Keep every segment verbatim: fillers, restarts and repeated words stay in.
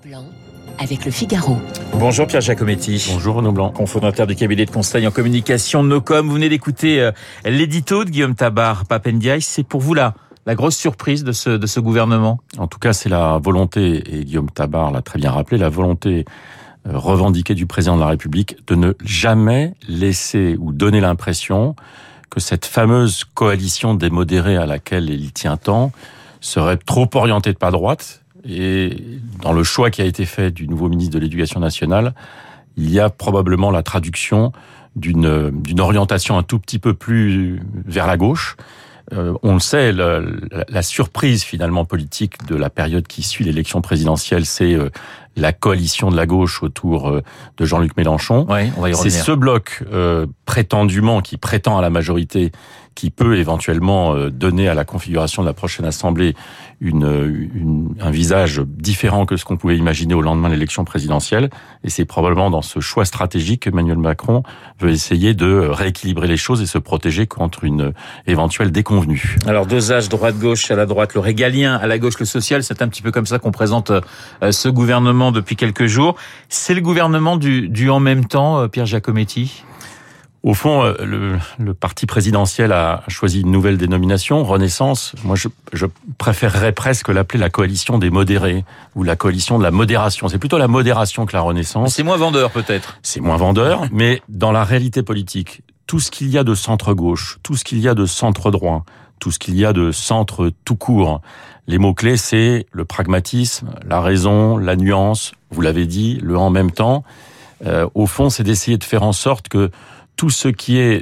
Blanc avec Le Figaro. Bonjour Pierre Giacometti. Bonjour Renaud Blanc. Cofondateur du cabinet de conseil en communication Nocom. Vous venez d'écouter euh, l'édito de Guillaume Tabar, Pape Ndiaye. C'est pour vous la, la grosse surprise de ce, de ce gouvernement? En tout cas, c'est la volonté, et Guillaume Tabar l'a très bien rappelé, la volonté euh, revendiquée du président de la République de ne jamais laisser ou donner l'impression que cette fameuse coalition des modérés à laquelle il tient tant serait trop orientée de pas droite. Et dans le choix qui a été fait du nouveau ministre de l'Éducation nationale, il y a probablement la traduction d'une, d'une orientation un tout petit peu plus vers la gauche. Euh, on le sait, la, la surprise finalement politique de la période qui suit l'élection présidentielle, c'est euh, la coalition de la gauche autour euh, de Jean-Luc Mélenchon. Oui, on va y revenir. C'est ce bloc euh, prétendument qui prétend à la majorité, qui peut éventuellement euh, donner à la configuration de la prochaine Assemblée une, une, un visage différent que ce qu'on pouvait imaginer au lendemain de l'élection présidentielle. Et c'est probablement dans ce choix stratégique qu'Emmanuel Macron veut essayer de rééquilibrer les choses et se protéger contre une éventuelle déconvenue. Alors, dosage droite-gauche, à la droite le régalien, à la gauche le social, c'est un petit peu comme ça qu'on présente euh, ce gouvernement depuis quelques jours. C'est le gouvernement du, du en même temps, euh, Pierre Giacometti? Au fond, le, le parti présidentiel a choisi une nouvelle dénomination, Renaissance. Moi, je, je préférerais presque l'appeler la coalition des modérés ou la coalition de la modération. C'est plutôt la modération que la Renaissance. C'est moins vendeur, peut-être. C'est moins vendeur, mais dans la réalité politique, tout ce qu'il y a de centre-gauche, tout ce qu'il y a de centre-droit, tout ce qu'il y a de centre tout court, les mots-clés, c'est le pragmatisme, la raison, la nuance, vous l'avez dit, le en même temps. Euh, au fond, c'est d'essayer de faire en sorte que tout ce qui est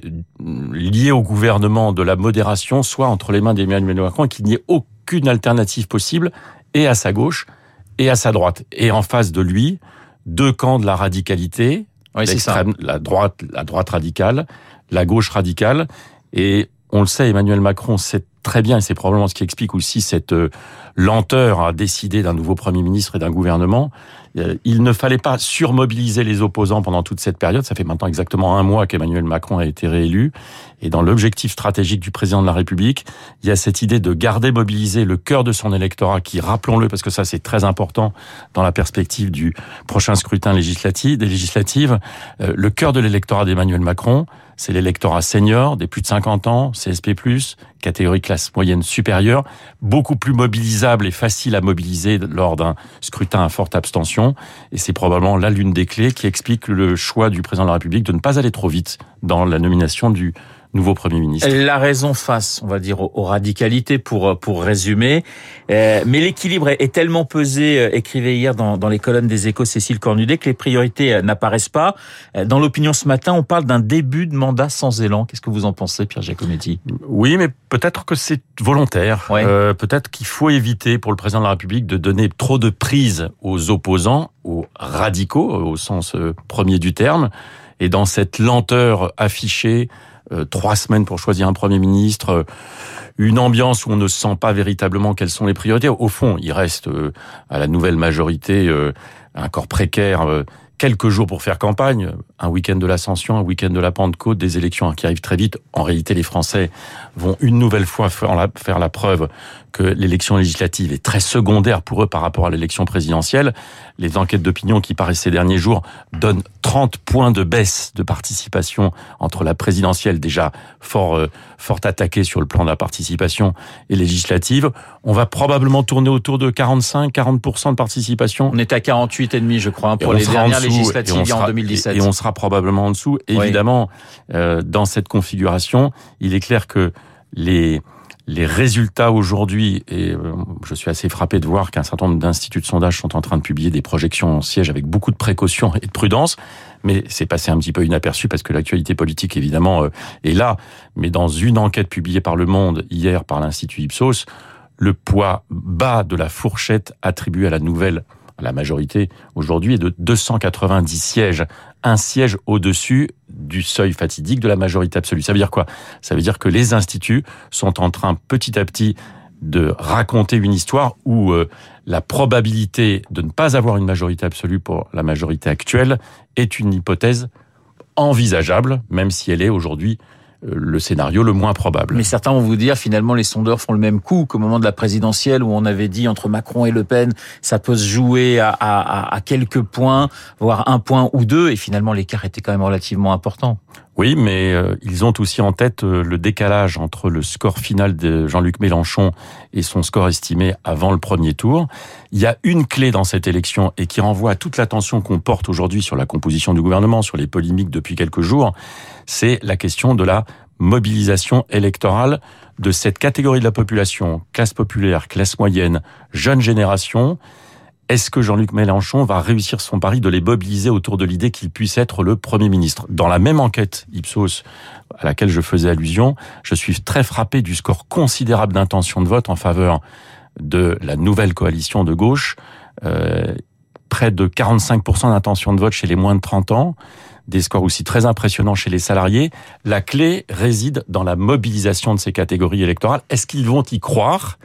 lié au gouvernement de la modération soit entre les mains d'Emmanuel Macron et qu'il n'y ait aucune alternative possible, et à sa gauche et à sa droite. Et en face de lui, deux camps de la radicalité, oui, c'est ça. La droite, la droite radicale, la gauche radicale. Et on le sait, Emmanuel Macron sait très bien, et c'est probablement ce qui explique aussi cette lenteur à décider d'un nouveau Premier ministre et d'un gouvernement. Il ne fallait pas surmobiliser les opposants pendant toute cette période. Ça fait maintenant exactement un mois qu'Emmanuel Macron a été réélu. Et dans l'objectif stratégique du président de la République, il y a cette idée de garder mobilisé le cœur de son électorat qui, rappelons-le, parce que ça c'est très important dans la perspective du prochain scrutin législatif, des législatives, euh, le cœur de l'électorat d'Emmanuel Macron, c'est l'électorat senior, des plus de cinquante ans, C S P plus, catégorie classe moyenne supérieure, beaucoup plus mobilisable et facile à mobiliser lors d'un scrutin à forte abstention. Et c'est probablement là l'une des clés qui explique le choix du président de la République de ne pas aller trop vite dans la nomination du nouveau Premier ministre. La raison face, on va dire, aux radicalités, pour pour résumer. Euh, mais l'équilibre est tellement pesé, euh, écrivait hier dans, dans les colonnes des Échos Cécile Cornudet, que les priorités euh, n'apparaissent pas. Euh, dans l'opinion ce matin, on parle d'un début de mandat sans élan. Qu'est-ce que vous en pensez, Pierre Giacometti? Oui, mais peut-être que c'est volontaire. Ouais. Euh, peut-être qu'il faut éviter pour le président de la République de donner trop de prise aux opposants, aux radicaux, au sens euh, premier du terme. Et dans cette lenteur affichée, Euh, trois semaines pour choisir un Premier ministre, euh, une ambiance où on ne sent pas véritablement quelles sont les priorités. Au fond, il reste euh, à la nouvelle majorité euh, un corps précaire, euh, quelques jours pour faire campagne, un week-end de l'Ascension, un week-end de la Pentecôte, des élections qui arrivent très vite. En réalité, les Français vont une nouvelle fois faire la, faire la preuve que l'élection législative est très secondaire pour eux par rapport à l'élection présidentielle. Les enquêtes d'opinion qui paraissent ces derniers jours donnent trente points de baisse de participation entre la présidentielle, déjà fort euh, fort attaquée sur le plan de la participation, et législative. On va probablement tourner autour de quarante-cinq à quarante pour cent de participation. On est à quarante-huit virgule cinq je crois, pour les dernières législatives sera, en deux mille dix-sept. Et on sera probablement en dessous. Évidemment, oui. euh, dans cette configuration, il est clair que les les résultats aujourd'hui, et euh, je suis assez frappé de voir qu'un certain nombre d'instituts de sondage sont en train de publier des projections en siège avec beaucoup de précaution et de prudence, mais c'est passé un petit peu inaperçu parce que l'actualité politique, évidemment, euh, est là. Mais dans une enquête publiée par Le Monde hier par l'Institut Ipsos, le poids bas de la fourchette attribuée à la nouvelle, à la majorité aujourd'hui, est de deux cent quatre-vingt-dix sièges. Un siège au-dessus du seuil fatidique de la majorité absolue. Ça veut dire quoi? Ça veut dire que les instituts sont en train petit à petit de raconter une histoire où euh, la probabilité de ne pas avoir une majorité absolue pour la majorité actuelle est une hypothèse envisageable, même si elle est aujourd'hui le scénario le moins probable. Mais certains vont vous dire, finalement, les sondeurs font le même coup qu'au moment de la présidentielle où on avait dit entre Macron et Le Pen, ça peut se jouer à, à, à quelques points, voire un point ou deux, et finalement l'écart était quand même relativement important. Oui, mais euh, ils ont aussi en tête euh, le décalage entre le score final de Jean-Luc Mélenchon et son score estimé avant le premier tour. Il y a une clé dans cette élection et qui renvoie à toute l'attention qu'on porte aujourd'hui sur la composition du gouvernement, sur les polémiques depuis quelques jours, c'est la question de la mobilisation électorale de cette catégorie de la population, classe populaire, classe moyenne, jeune génération. Est-ce que Jean-Luc Mélenchon va réussir son pari de les mobiliser autour de l'idée qu'il puisse être le Premier ministre? Dans la même enquête Ipsos à laquelle je faisais allusion, je suis très frappé du score considérable d'intention de vote en faveur de la nouvelle coalition de gauche. Euh, près de quarante-cinq pour cent d'intention de vote chez les moins de trente ans. Des scores aussi très impressionnants chez les salariés. La clé réside dans la mobilisation de ces catégories électorales. Est-ce qu'ils vont y croire,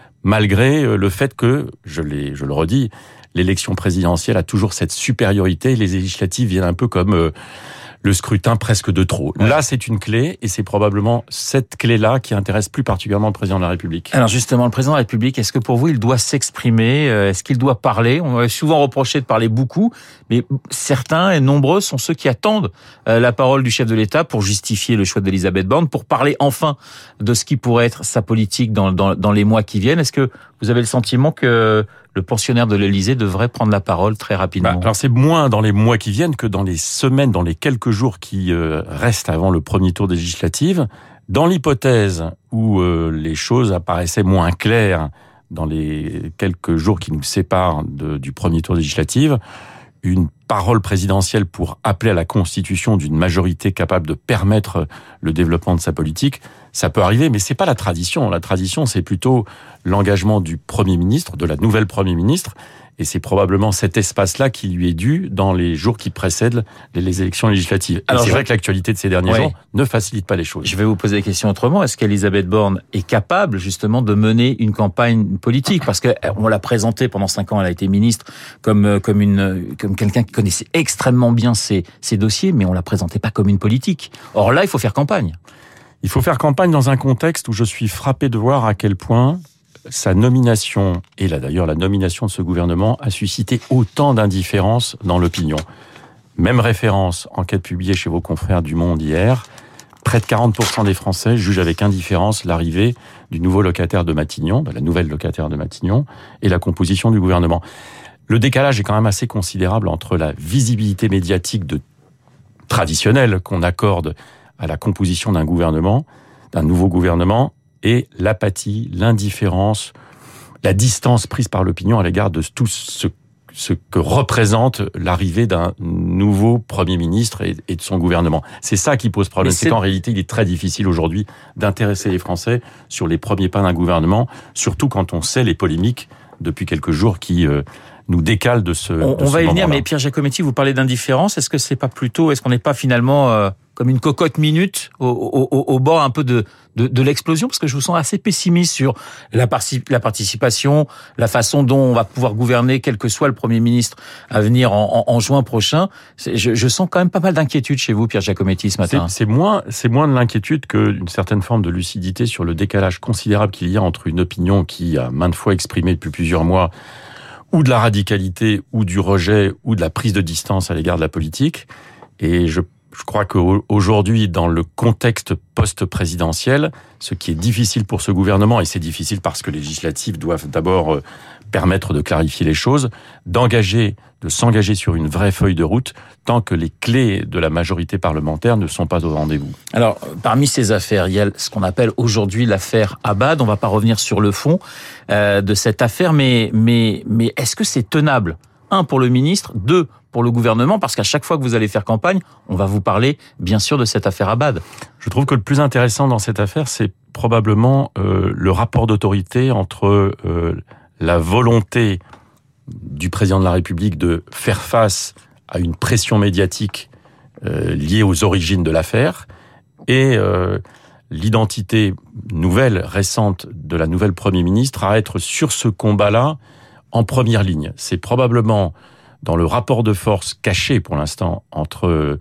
malgré le fait que, je, l'ai, je le redis, l'élection présidentielle a toujours cette supériorité, les législatives viennent un peu comme euh, le scrutin presque de trop. Ouais. Là, c'est une clé, et c'est probablement cette clé-là qui intéresse plus particulièrement le président de la République. Alors justement, le président de la République, est-ce que pour vous, il doit s'exprimer? Est-ce qu'il doit parler? On m'a souvent reproché de parler beaucoup, mais certains et nombreux sont ceux qui attendent la parole du chef de l'État pour justifier le choix d'Elisabeth Borne, pour parler enfin de ce qui pourrait être sa politique dans, dans, dans les mois qui viennent. Est-ce que vous avez le sentiment que le pensionnaire de l'Élysée devrait prendre la parole très rapidement? Bah, alors c'est moins dans les mois qui viennent que dans les semaines, dans les quelques jours qui euh, restent avant le premier tour des législatives. Dans l'hypothèse où euh, les choses apparaissaient moins claires dans les quelques jours qui nous séparent de, du premier tour des législatives, une parole présidentielle pour appeler à la constitution d'une majorité capable de permettre le développement de sa politique, ça peut arriver, mais c'est pas la tradition. La tradition, c'est plutôt l'engagement du Premier ministre, de la nouvelle Premier ministre, et c'est probablement cet espace-là qui lui est dû dans les jours qui précèdent les élections législatives. Alors, et c'est je... vrai que l'actualité de ces derniers oui. jours ne facilite pas les choses. Je vais vous poser la question autrement. Est-ce qu'Elisabeth Borne est capable, justement, de mener une campagne politique? Parce qu'on l'a présentée pendant cinq ans, elle a été ministre comme, comme une, comme quelqu'un qui connaissait extrêmement bien ses, ses dossiers, mais on la présentait pas comme une politique. Or là, il faut faire campagne. Il faut faire campagne dans un contexte où je suis frappé de voir à quel point sa nomination, et là d'ailleurs la nomination de ce gouvernement, a suscité autant d'indifférence dans l'opinion. Même référence, enquête publiée chez vos confrères du Monde hier, près de quarante pour cent des Français jugent avec indifférence l'arrivée du nouveau locataire de Matignon, de la nouvelle locataire de Matignon, et la composition du gouvernement. Le décalage est quand même assez considérable entre la visibilité médiatique de, traditionnelle qu'on accorde à la composition d'un gouvernement, d'un nouveau gouvernement, et l'apathie, l'indifférence, la distance prise par l'opinion à l'égard de tout ce, ce que représente l'arrivée d'un nouveau Premier ministre et, et de son gouvernement. C'est ça qui pose problème. C'est, c'est qu'en réalité, il est très difficile aujourd'hui d'intéresser les Français sur les premiers pas d'un gouvernement, surtout quand on sait les polémiques depuis quelques jours qui euh, nous décalent de ce On, de on ce va y venir, moment-là. mais Pierre Giacometti, vous parlez d'indifférence. Est-ce que c'est pas plutôt, est-ce qu'on n'est pas finalement euh, comme une cocotte minute au, au, au bord un peu de, de, de l'explosion? Parce que je vous sens assez pessimiste sur la, parci- la participation, la façon dont on va pouvoir gouverner, quel que soit le Premier ministre à venir en, en, en juin prochain. C'est, je, je sens quand même pas mal d'inquiétude chez vous, Pierre Giacometti, ce matin. C'est, c'est moins, c'est moins de l'inquiétude que d'une certaine forme de lucidité sur le décalage considérable qu'il y a entre une opinion qui a maintes fois exprimé depuis plusieurs mois ou de la radicalité, ou du rejet, ou de la prise de distance à l'égard de la politique. Et je, je crois qu'aujourd'hui, dans le contexte post-présidentiel, ce qui est difficile pour ce gouvernement, et c'est difficile parce que les législatives doivent d'abord permettre de clarifier les choses, d'engager, de s'engager sur une vraie feuille de route, tant que les clés de la majorité parlementaire ne sont pas au rendez-vous. Alors, parmi ces affaires, il y a ce qu'on appelle aujourd'hui l'affaire Abad. On ne va pas revenir sur le fond euh, de cette affaire, mais, mais, mais est-ce que c'est tenable? Un, pour le ministre, deux, pour le gouvernement, parce qu'à chaque fois que vous allez faire campagne, on va vous parler, bien sûr, de cette affaire Abad. Je trouve que le plus intéressant dans cette affaire, c'est probablement euh, le rapport d'autorité entre euh, la volonté du président de la République de faire face à une pression médiatique euh, liée aux origines de l'affaire et euh, l'identité nouvelle, récente de la nouvelle Premier ministre à être sur ce combat-là en première ligne. C'est probablement dans le rapport de force caché pour l'instant entre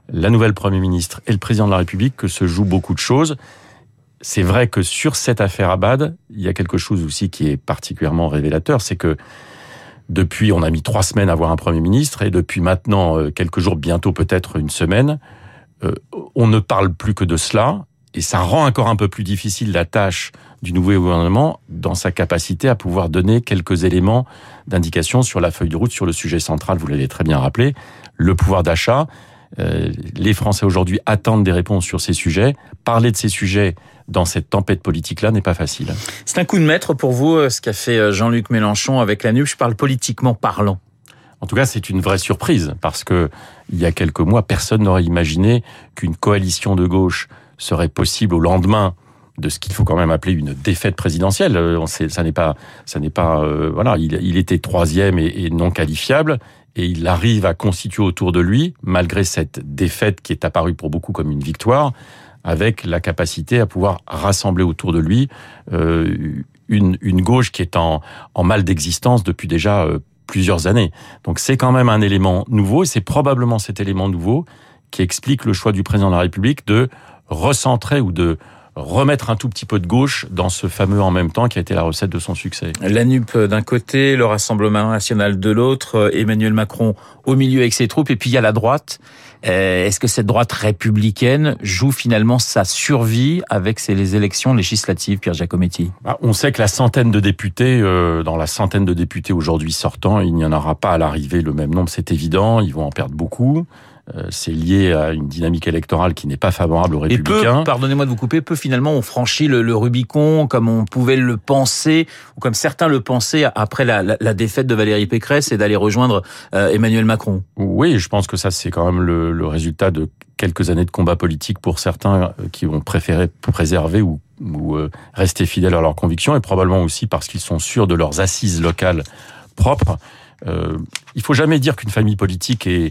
la nouvelle Premier ministre et le Président de la République que se jouent beaucoup de choses. C'est vrai que sur cette affaire Abad, il y a quelque chose aussi qui est particulièrement révélateur, c'est que depuis, on a mis trois semaines à avoir un Premier ministre, et depuis maintenant quelques jours, bientôt peut-être une semaine, euh, on ne parle plus que de cela, et ça rend encore un peu plus difficile la tâche du nouveau gouvernement dans sa capacité à pouvoir donner quelques éléments d'indication sur la feuille de route, sur le sujet central, vous l'avez très bien rappelé, le pouvoir d'achat. Euh, les Français aujourd'hui attendent des réponses sur ces sujets. Parler de ces sujets dans cette tempête politique-là n'est pas facile. C'est un coup de maître pour vous, ce qu'a fait Jean-Luc Mélenchon avec la N U P. Je parle politiquement parlant. En tout cas, c'est une vraie surprise, parce que il y a quelques mois, personne n'aurait imaginé qu'une coalition de gauche serait possible au lendemain de ce qu'il faut quand même appeler une défaite présidentielle. On sait, ça n'est pas, ça n'est pas, euh, voilà, il, il était troisième et, et non qualifiable, et il arrive à constituer autour de lui, malgré cette défaite qui est apparue pour beaucoup comme une victoire, avec la capacité à pouvoir rassembler autour de lui euh, une, une gauche qui est en, en mal d'existence depuis déjà euh, plusieurs années. Donc c'est quand même un élément nouveau, et c'est probablement cet élément nouveau qui explique le choix du président de la République de recentrer ou de remettre un tout petit peu de gauche dans ce fameux en même temps qui a été la recette de son succès. La N U P d'un côté, le Rassemblement national de l'autre, Emmanuel Macron au milieu avec ses troupes, et puis il y a la droite. Est-ce que cette droite républicaine joue finalement sa survie avec ces élections législatives, Pierre Giacometti? On sait que la centaine de députés, euh, dans la centaine de députés aujourd'hui sortants, il n'y en aura pas à l'arrivée le même nombre, c'est évident, ils vont en perdre beaucoup. C'est lié à une dynamique électorale qui n'est pas favorable aux Républicains. Et peu, pardonnez-moi de vous couper, peu finalement ont franchi le, le Rubicon comme on pouvait le penser, ou comme certains le pensaient après la, la, la défaite de Valérie Pécresse, et d'aller rejoindre euh, Emmanuel Macron. Oui, je pense que ça c'est quand même le, le résultat de quelques années de combat politique pour certains qui ont préféré préserver ou, ou euh, rester fidèles à leurs convictions, et probablement aussi parce qu'ils sont sûrs de leurs assises locales propres. Euh, il faut jamais dire qu'une famille politique est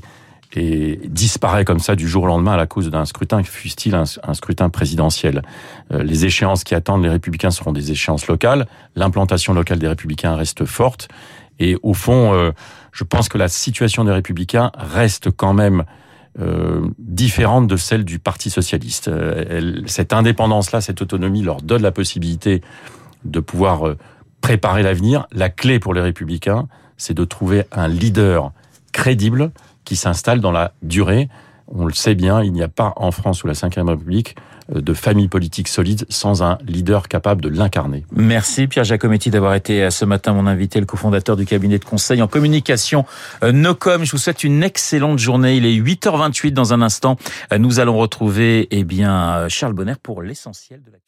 et disparaît comme ça du jour au lendemain à la cause d'un scrutin, fût-il un, un scrutin présidentiel. Euh, les échéances qui attendent les Républicains seront des échéances locales. L'implantation locale des Républicains reste forte. Et au fond, euh, je pense que la situation des Républicains reste quand même euh, différente de celle du Parti socialiste. Euh, elle, cette indépendance-là, cette autonomie leur donne la possibilité de pouvoir euh, préparer l'avenir. La clé pour les Républicains, c'est de trouver un leader crédible qui s'installe dans la durée. On le sait bien, il n'y a pas en France sous la cinquième République de famille politique solide sans un leader capable de l'incarner. Merci Pierre Giacometti d'avoir été ce matin mon invité, le cofondateur du cabinet de conseil en communication Nocom. Je vous souhaite une excellente journée. Il est huit heures vingt-huit. Dans un instant, nous allons retrouver eh bien Charles Bonner pour l'essentiel de la